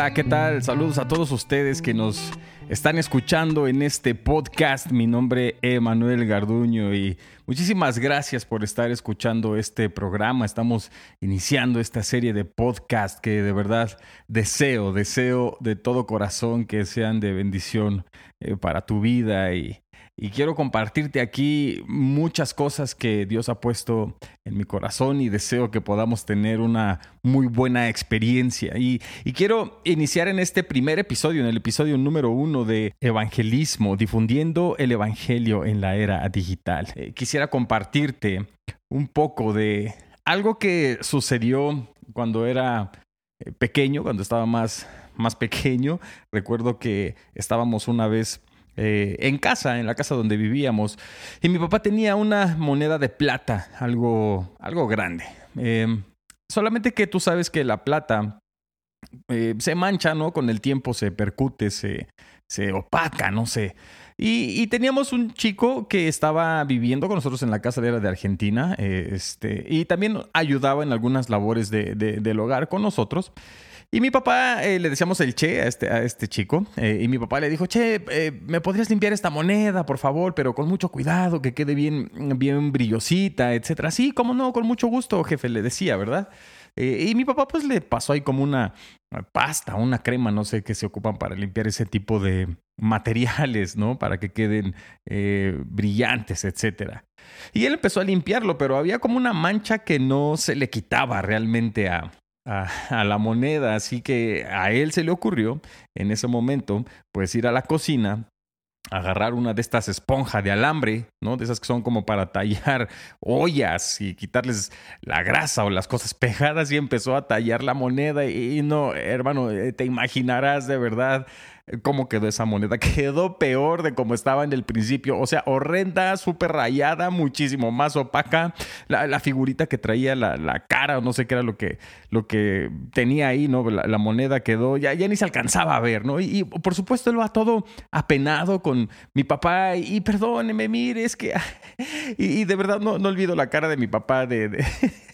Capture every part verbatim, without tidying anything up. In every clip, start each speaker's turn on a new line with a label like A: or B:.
A: Hola, ¿qué tal? Saludos a todos ustedes que nos están escuchando en este podcast. Mi nombre es Emanuel Garduño y muchísimas gracias por estar escuchando este programa. Estamos iniciando esta serie de podcast que de verdad deseo, deseo de todo corazón que sean de bendición eh, para tu vida y Y quiero compartirte aquí muchas cosas que Dios ha puesto en mi corazón y deseo que podamos tener una muy buena experiencia. Y, y quiero iniciar en este primer episodio, en el episodio número uno de Evangelismo, difundiendo el Evangelio en la era digital. Eh, quisiera compartirte un poco de algo que sucedió cuando era pequeño, cuando estaba más, más pequeño. Recuerdo que estábamos una vez Eh, en casa, en la casa donde vivíamos, y mi papá tenía una moneda de plata, algo, algo grande. Eh, solamente que tú sabes que la plata eh, se mancha, ¿no? Con el tiempo se percute, se, se opaca, no sé. Y, y teníamos un chico que estaba viviendo con nosotros en la casa, él era de Argentina, eh, este, y también ayudaba en algunas labores de, de, del hogar con nosotros. Y mi papá, eh, le decíamos el Che a este, a este chico, eh, y mi papá le dijo, Che, eh, ¿me podrías limpiar esta moneda, por favor? Pero con mucho cuidado, que quede bien, bien brillosita, etcétera. Sí, cómo no, con mucho gusto, jefe, le decía, ¿verdad? Eh, y mi papá pues le pasó ahí como una pasta, una crema, no sé qué se ocupan para limpiar ese tipo de materiales, ¿no? Para que queden eh, brillantes, etcétera. Y él empezó a limpiarlo, pero había como una mancha que no se le quitaba realmente a... A, a la moneda, así que a él se le ocurrió en ese momento pues ir a la cocina, agarrar una de estas esponjas de alambre, ¿no? De esas que son como para tallar ollas y quitarles la grasa o las cosas pegadas, y empezó a tallar la moneda y, y no, hermano, te imaginarás de verdad cómo quedó esa moneda. Quedó peor de como estaba en el principio. O sea, horrenda, súper rayada, muchísimo más opaca. La, la figurita que traía, la, la cara, o no sé qué era lo que, lo que tenía ahí, ¿no? La, la moneda quedó, ya, ya ni se alcanzaba a ver, ¿no? Y, y por supuesto él va todo apenado con mi papá. Y, y perdóneme, mire, es que... y, y de verdad no, no olvido la cara de mi papá de... de,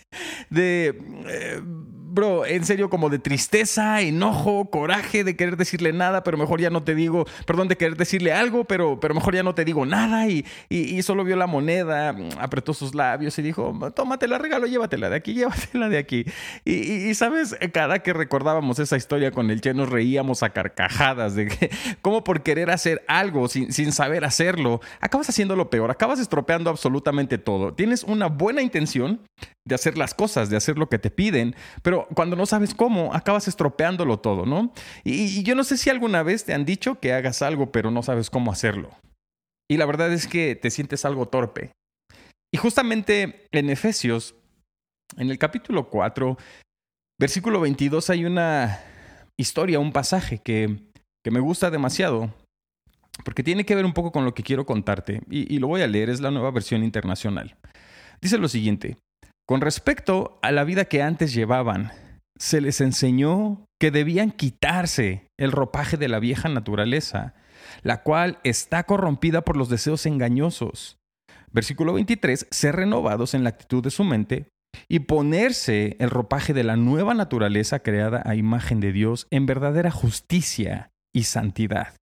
A: de eh, Bro, en serio, como de tristeza, enojo, coraje de querer decirle nada, pero mejor ya no te digo, perdón, de querer decirle algo, pero, pero mejor ya no te digo nada. Y, y, y solo vio la moneda, apretó sus labios y dijo, tómatela, regalo, llévatela de aquí, llévatela de aquí. Y, y, y sabes, cada que recordábamos esa historia con el Che, nos reíamos a carcajadas de que, cómo por querer hacer algo sin, sin saber hacerlo, acabas haciendo lo peor, acabas estropeando absolutamente todo. Tienes una buena intención de hacer las cosas, de hacer lo que te piden, pero cuando no sabes cómo, acabas estropeándolo todo, ¿no? Y, y yo no sé si alguna vez te han dicho que hagas algo, pero no sabes cómo hacerlo. Y la verdad es que te sientes algo torpe. Y justamente en Efesios, en el capítulo cuatro, versículo veintidós, hay una historia, un pasaje que, que me gusta demasiado, porque tiene que ver un poco con lo que quiero contarte. Y, y lo voy a leer, es la Nueva Versión Internacional. Dice lo siguiente: con respecto a la vida que antes llevaban, se les enseñó que debían quitarse el ropaje de la vieja naturaleza, la cual está corrompida por los deseos engañosos. Versículo veintitrés, ser renovados en la actitud de su mente y ponerse el ropaje de la nueva naturaleza creada a imagen de Dios en verdadera justicia y santidad.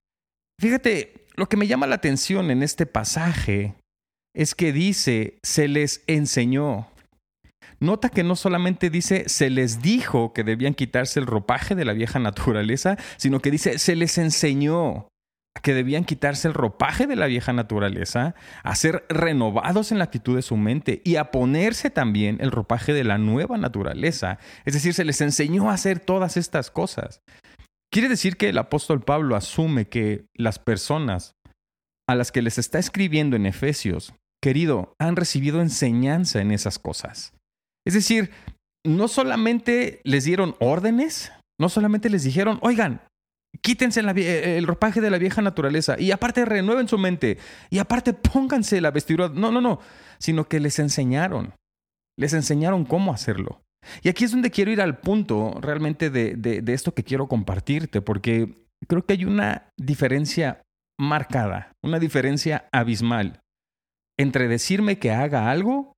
A: Fíjate, lo que me llama la atención en este pasaje es que dice, se les enseñó. Nota que no solamente dice, se les dijo que debían quitarse el ropaje de la vieja naturaleza, sino que dice, se les enseñó que debían quitarse el ropaje de la vieja naturaleza, a ser renovados en la actitud de su mente y a ponerse también el ropaje de la nueva naturaleza. Es decir, se les enseñó a hacer todas estas cosas. Quiere decir que el apóstol Pablo asume que las personas a las que les está escribiendo en Efesios, querido, han recibido enseñanza en esas cosas. Es decir, no solamente les dieron órdenes, no solamente les dijeron, oigan, quítense la, el ropaje de la vieja naturaleza y aparte renueven su mente y aparte pónganse la vestidura. No, no, no, sino que les enseñaron, les enseñaron cómo hacerlo. Y aquí es donde quiero ir al punto realmente de, de, de esto que quiero compartirte, porque creo que hay una diferencia marcada, una diferencia abismal entre decirme que haga algo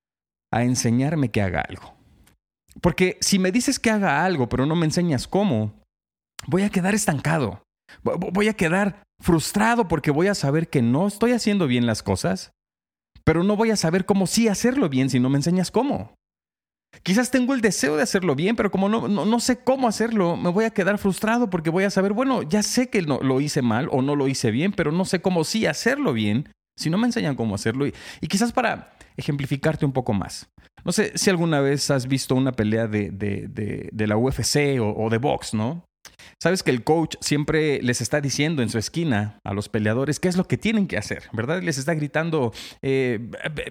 A: a enseñarme que haga algo. Porque si me dices que haga algo, pero no me enseñas cómo, voy a quedar estancado. Voy a quedar frustrado porque voy a saber que no estoy haciendo bien las cosas, pero no voy a saber cómo sí hacerlo bien si no me enseñas cómo. Quizás tengo el deseo de hacerlo bien, pero como no, no, no sé cómo hacerlo, me voy a quedar frustrado porque voy a saber, bueno, ya sé que no, lo hice mal o no lo hice bien, pero no sé cómo sí hacerlo bien si no me enseñan cómo hacerlo. Y, y quizás para ejemplificarte un poco más. No sé si alguna vez has visto una pelea de, de, de, de la U F C o, o de box, ¿no? Sabes que el coach siempre les está diciendo en su esquina a los peleadores qué es lo que tienen que hacer, ¿verdad? Les está gritando, eh,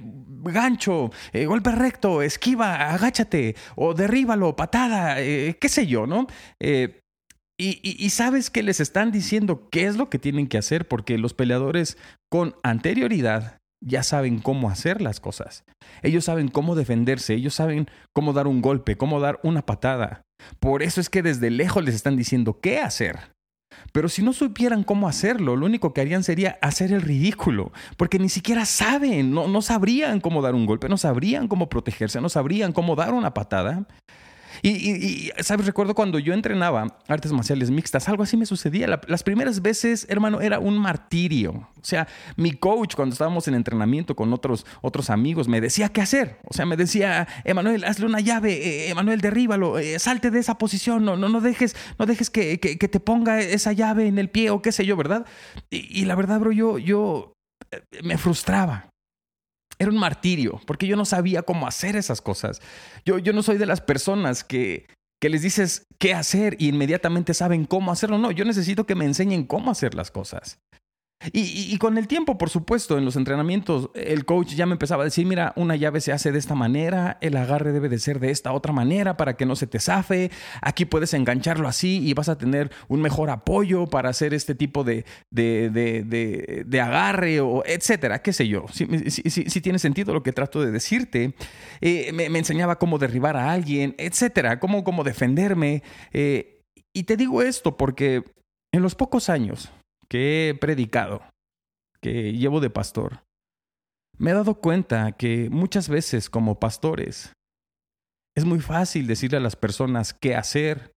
A: gancho, eh, golpe recto, esquiva, agáchate, o derríbalo, patada, eh, qué sé yo, ¿no? Eh, y, y, y sabes que les están diciendo qué es lo que tienen que hacer porque los peleadores con anterioridad ya saben cómo hacer las cosas. Ellos saben cómo defenderse, ellos saben cómo dar un golpe, cómo dar una patada. Por eso es que desde lejos les están diciendo qué hacer. Pero si no supieran cómo hacerlo, lo único que harían sería hacer el ridículo, porque ni siquiera saben, no, no sabrían cómo dar un golpe, no sabrían cómo protegerse, no sabrían cómo dar una patada. Y, y, y, ¿sabes? Recuerdo cuando yo entrenaba artes marciales mixtas, algo así me sucedía. La, las primeras veces, hermano, era un martirio. O sea, mi coach, cuando estábamos en entrenamiento con otros, otros amigos, me decía qué hacer. O sea, me decía, Emanuel, hazle una llave, eh, Emanuel, derríbalo, eh, salte de esa posición, no, no, no dejes, no dejes que, que, que te ponga esa llave en el pie o qué sé yo, ¿verdad? Y, y la verdad, bro, yo, yo eh, me frustraba. Era un martirio, porque yo no sabía cómo hacer esas cosas. Yo, yo no soy de las personas que, que les dices qué hacer y inmediatamente saben cómo hacerlo. No, yo necesito que me enseñen cómo hacer las cosas. Y, y, y con el tiempo, por supuesto, en los entrenamientos, el coach ya me empezaba a decir, mira, una llave se hace de esta manera, el agarre debe de ser de esta otra manera para que no se te zafe, aquí puedes engancharlo así y vas a tener un mejor apoyo para hacer este tipo de, de, de, de, de agarre, o etcétera, qué sé yo. Si, si, si, si tiene sentido lo que trato de decirte. Eh, me, me enseñaba cómo derribar a alguien, etcétera, cómo, cómo defenderme. Eh, y te digo esto porque en los pocos años que he predicado, que llevo de pastor, me he dado cuenta que muchas veces como pastores es muy fácil decirle a las personas qué hacer,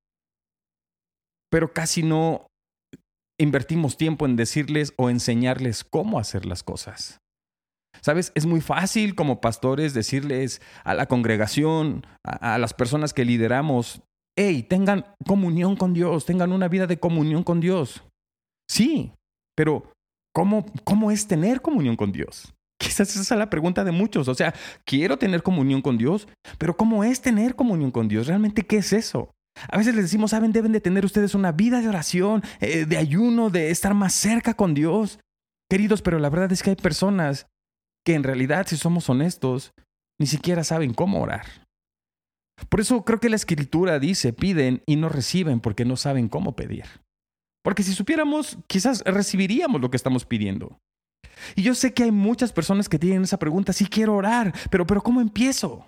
A: pero casi no invertimos tiempo en decirles o enseñarles cómo hacer las cosas. ¿Sabes? Es muy fácil como pastores decirles a la congregación, a, a las personas que lideramos, hey, tengan comunión con Dios, tengan una vida de comunión con Dios. Sí, pero ¿cómo, cómo es tener comunión con Dios? Quizás esa es la pregunta de muchos. O sea, quiero tener comunión con Dios, pero ¿cómo es tener comunión con Dios? ¿Realmente qué es eso? A veces les decimos, saben, deben de tener ustedes una vida de oración, eh, de ayuno, de estar más cerca con Dios. Queridos, pero la verdad es que hay personas que en realidad, si somos honestos, ni siquiera saben cómo orar. Por eso creo que la Escritura dice, piden y no reciben porque no saben cómo pedir. Porque si supiéramos, quizás recibiríamos lo que estamos pidiendo. Y yo sé que hay muchas personas que tienen esa pregunta, sí quiero orar, pero, pero ¿cómo empiezo?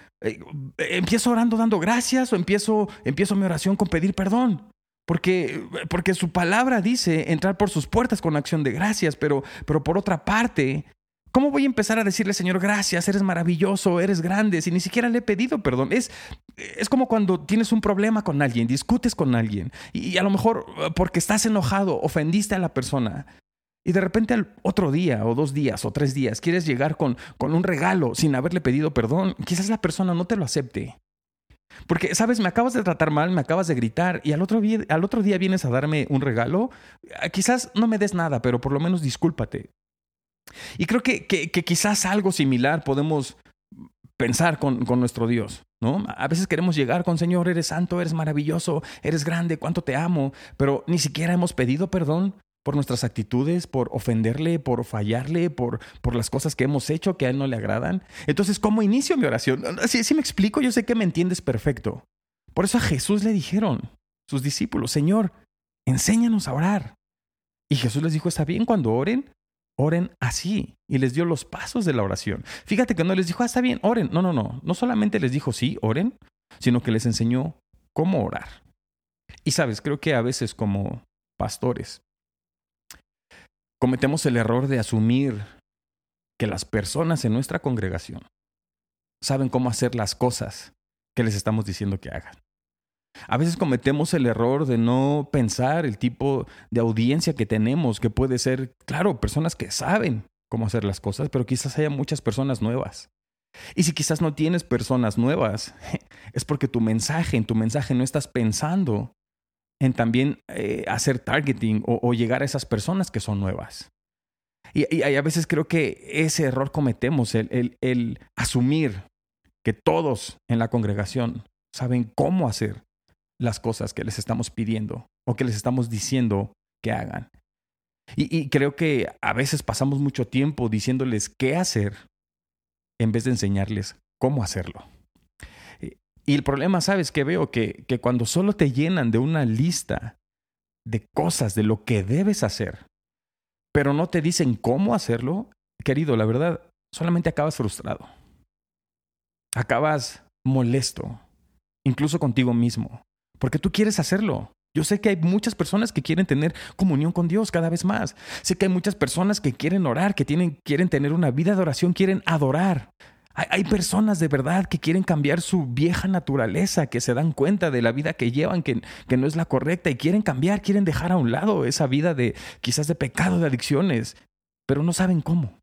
A: ¿Empiezo orando dando gracias o empiezo, empiezo mi oración con pedir perdón? Porque, porque su palabra dice entrar por sus puertas con acción de gracias, pero, pero por otra parte, ¿cómo voy a empezar a decirle, Señor, gracias, eres maravilloso, eres grande, si ni siquiera le he pedido perdón? Es, es como cuando tienes un problema con alguien, discutes con alguien, y a lo mejor porque estás enojado, ofendiste a la persona, y de repente al otro día, o dos días, o tres días, quieres llegar con, con un regalo sin haberle pedido perdón. Quizás la persona no te lo acepte. Porque, ¿sabes? Me acabas de tratar mal, me acabas de gritar, y al otro día, al otro día vienes a darme un regalo. Quizás no me des nada, pero por lo menos discúlpate. Y creo que, que, que quizás algo similar podemos pensar con, con nuestro Dios, ¿no? A veces queremos llegar con, Señor, eres santo, eres maravilloso, eres grande, cuánto te amo, pero ni siquiera hemos pedido perdón por nuestras actitudes, por ofenderle, por fallarle, por, por las cosas que hemos hecho que a Él no le agradan. Entonces, ¿cómo inicio mi oración? Si, si me explico, yo sé que me entiendes perfecto. Por eso a Jesús le dijeron sus discípulos, Señor, enséñanos a orar. Y Jesús les dijo, está bien, cuando oren, oren así. Y les dio los pasos de la oración. Fíjate que no les dijo, ah, está bien, oren. No, no, no. No solamente les dijo, sí, oren, sino que les enseñó cómo orar. Y sabes, creo que a veces como pastores cometemos el error de asumir que las personas en nuestra congregación saben cómo hacer las cosas que les estamos diciendo que hagan. A veces cometemos el error de no pensar el tipo de audiencia que tenemos, que puede ser, claro, personas que saben cómo hacer las cosas, pero quizás haya muchas personas nuevas. Y si quizás no tienes personas nuevas, es porque tu mensaje, en tu mensaje no estás pensando en también eh, hacer targeting o, o llegar a esas personas que son nuevas. Y, y a veces creo que ese error cometemos, el, el, el asumir que todos en la congregación saben cómo hacer las cosas que les estamos pidiendo o que les estamos diciendo que hagan. Y, y creo que a veces pasamos mucho tiempo diciéndoles qué hacer en vez de enseñarles cómo hacerlo. Y el problema, ¿sabes qué veo? Que, que cuando solo te llenan de una lista de cosas, de lo que debes hacer, pero no te dicen cómo hacerlo, querido, la verdad, solamente acabas frustrado. Acabas molesto, incluso contigo mismo, porque tú quieres hacerlo. Yo sé que hay muchas personas que quieren tener comunión con Dios cada vez más. Sé que hay muchas personas que quieren orar, que tienen, quieren tener una vida de oración, quieren adorar. Hay, hay personas de verdad que quieren cambiar su vieja naturaleza, que se dan cuenta de la vida que llevan, que, que no es la correcta y quieren cambiar, quieren dejar a un lado esa vida de quizás de pecado, de adicciones, pero no saben cómo.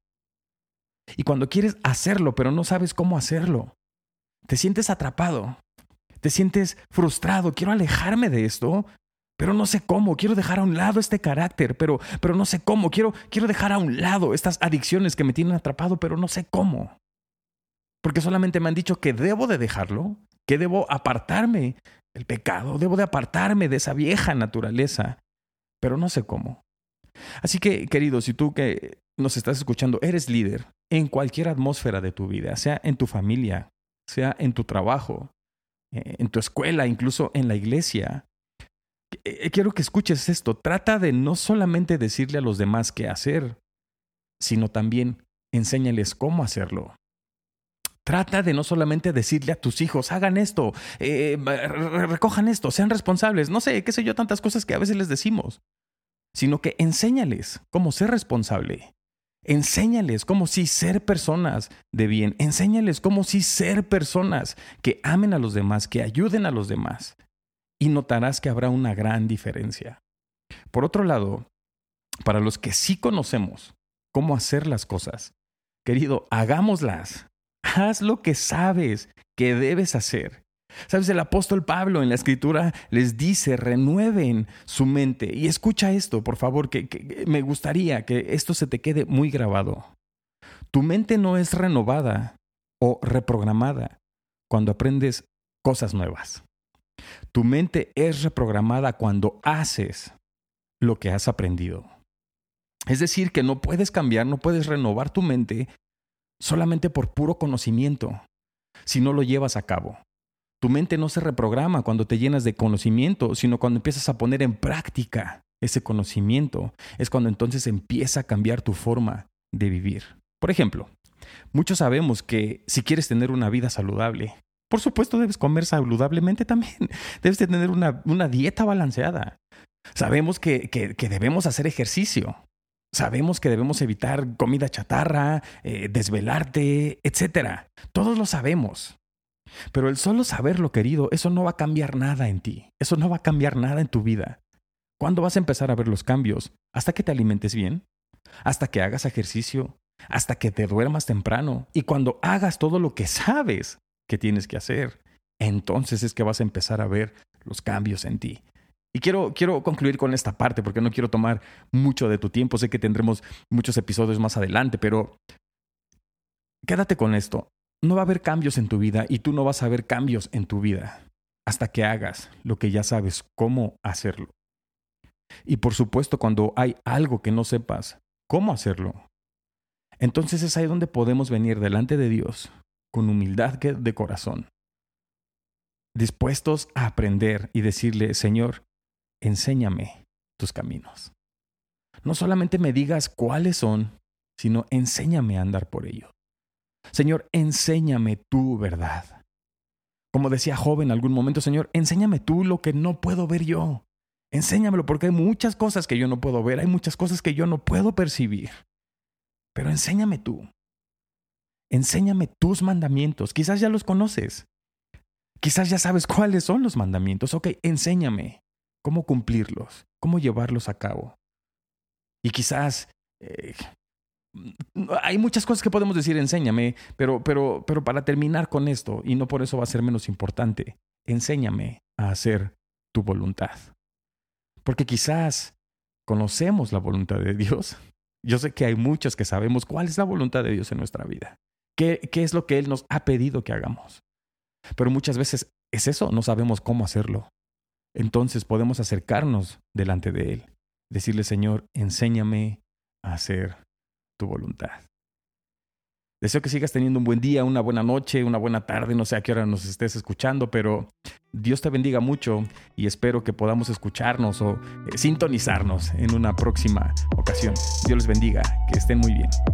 A: Y cuando quieres hacerlo, pero no sabes cómo hacerlo, te sientes atrapado, te sientes frustrado, quiero alejarme de esto, pero no sé cómo, quiero dejar a un lado este carácter, pero, pero no sé cómo, quiero, quiero dejar a un lado estas adicciones que me tienen atrapado, pero no sé cómo. Porque solamente me han dicho que debo de dejarlo, que debo apartarme del pecado, debo de apartarme de esa vieja naturaleza, pero no sé cómo. Así que, querido, si tú que nos estás escuchando eres líder en cualquier atmósfera de tu vida, sea en tu familia, sea en tu trabajo, en tu escuela, incluso en la iglesia, quiero que escuches esto. Trata de no solamente decirle a los demás qué hacer, sino también enséñales cómo hacerlo. Trata de no solamente decirle a tus hijos, hagan esto, eh, recojan esto, sean responsables, no sé, qué sé yo, tantas cosas que a veces les decimos, sino que enséñales cómo ser responsable. Enséñales cómo sí ser personas de bien. Enséñales cómo sí ser personas que amen a los demás, que ayuden a los demás. Y notarás que habrá una gran diferencia. Por otro lado, para los que sí conocemos cómo hacer las cosas, querido, hagámoslas. Haz lo que sabes que debes hacer. Sabes, el apóstol Pablo en la escritura les dice, renueven su mente. Y escucha esto, por favor, que, que me gustaría que esto se te quede muy grabado. Tu mente no es renovada o reprogramada cuando aprendes cosas nuevas. Tu mente es reprogramada cuando haces lo que has aprendido. Es decir, que no puedes cambiar, no puedes renovar tu mente solamente por puro conocimiento, si no lo llevas a cabo. Tu mente no se reprograma cuando te llenas de conocimiento, sino cuando empiezas a poner en práctica ese conocimiento. Es cuando entonces empieza a cambiar tu forma de vivir. Por ejemplo, muchos sabemos que si quieres tener una vida saludable, por supuesto debes comer saludablemente también. Debes de tener una, una dieta balanceada. Sabemos que, que, que debemos hacer ejercicio. Sabemos que debemos evitar comida chatarra, eh, desvelarte, etcétera. Todos lo sabemos. Pero el solo saberlo, querido, eso no va a cambiar nada en ti. Eso no va a cambiar nada en tu vida. ¿Cuándo vas a empezar a ver los cambios? ¿Hasta que te alimentes bien? ¿Hasta que hagas ejercicio? ¿Hasta que te duermas temprano? Y cuando hagas todo lo que sabes que tienes que hacer, entonces es que vas a empezar a ver los cambios en ti. Y quiero, quiero concluir con esta parte porque no quiero tomar mucho de tu tiempo. Sé que tendremos muchos episodios más adelante, pero quédate con esto. No va a haber cambios en tu vida y tú no vas a ver cambios en tu vida hasta que hagas lo que ya sabes cómo hacerlo. Y por supuesto, cuando hay algo que no sepas cómo hacerlo, entonces es ahí donde podemos venir delante de Dios con humildad de corazón, dispuestos a aprender y decirle, Señor, enséñame tus caminos. No solamente me digas cuáles son, sino enséñame a andar por ellos. Señor, enséñame tu verdad. Como decía Job en algún momento, Señor, enséñame tú lo que no puedo ver yo. Enséñamelo porque hay muchas cosas que yo no puedo ver, hay muchas cosas que yo no puedo percibir. Pero enséñame tú. Enséñame tus mandamientos. Quizás ya los conoces. Quizás ya sabes cuáles son los mandamientos. Ok, enséñame cómo cumplirlos, cómo llevarlos a cabo. Y quizás eh, hay muchas cosas que podemos decir, enséñame, pero, pero, pero para terminar con esto, y no por eso va a ser menos importante, enséñame a hacer tu voluntad. Porque quizás conocemos la voluntad de Dios. Yo sé que hay muchos que sabemos cuál es la voluntad de Dios en nuestra vida. ¿Qué, qué es lo que Él nos ha pedido que hagamos? Pero muchas veces es eso, no sabemos cómo hacerlo. Entonces podemos acercarnos delante de Él, decirle, Señor, enséñame a hacer tu voluntad. Deseo que sigas teniendo un buen día, una buena noche, una buena tarde, no sé a qué hora nos estés escuchando, pero Dios te bendiga mucho y espero que podamos escucharnos o eh, sintonizarnos en una próxima ocasión. Dios les bendiga, que estén muy bien.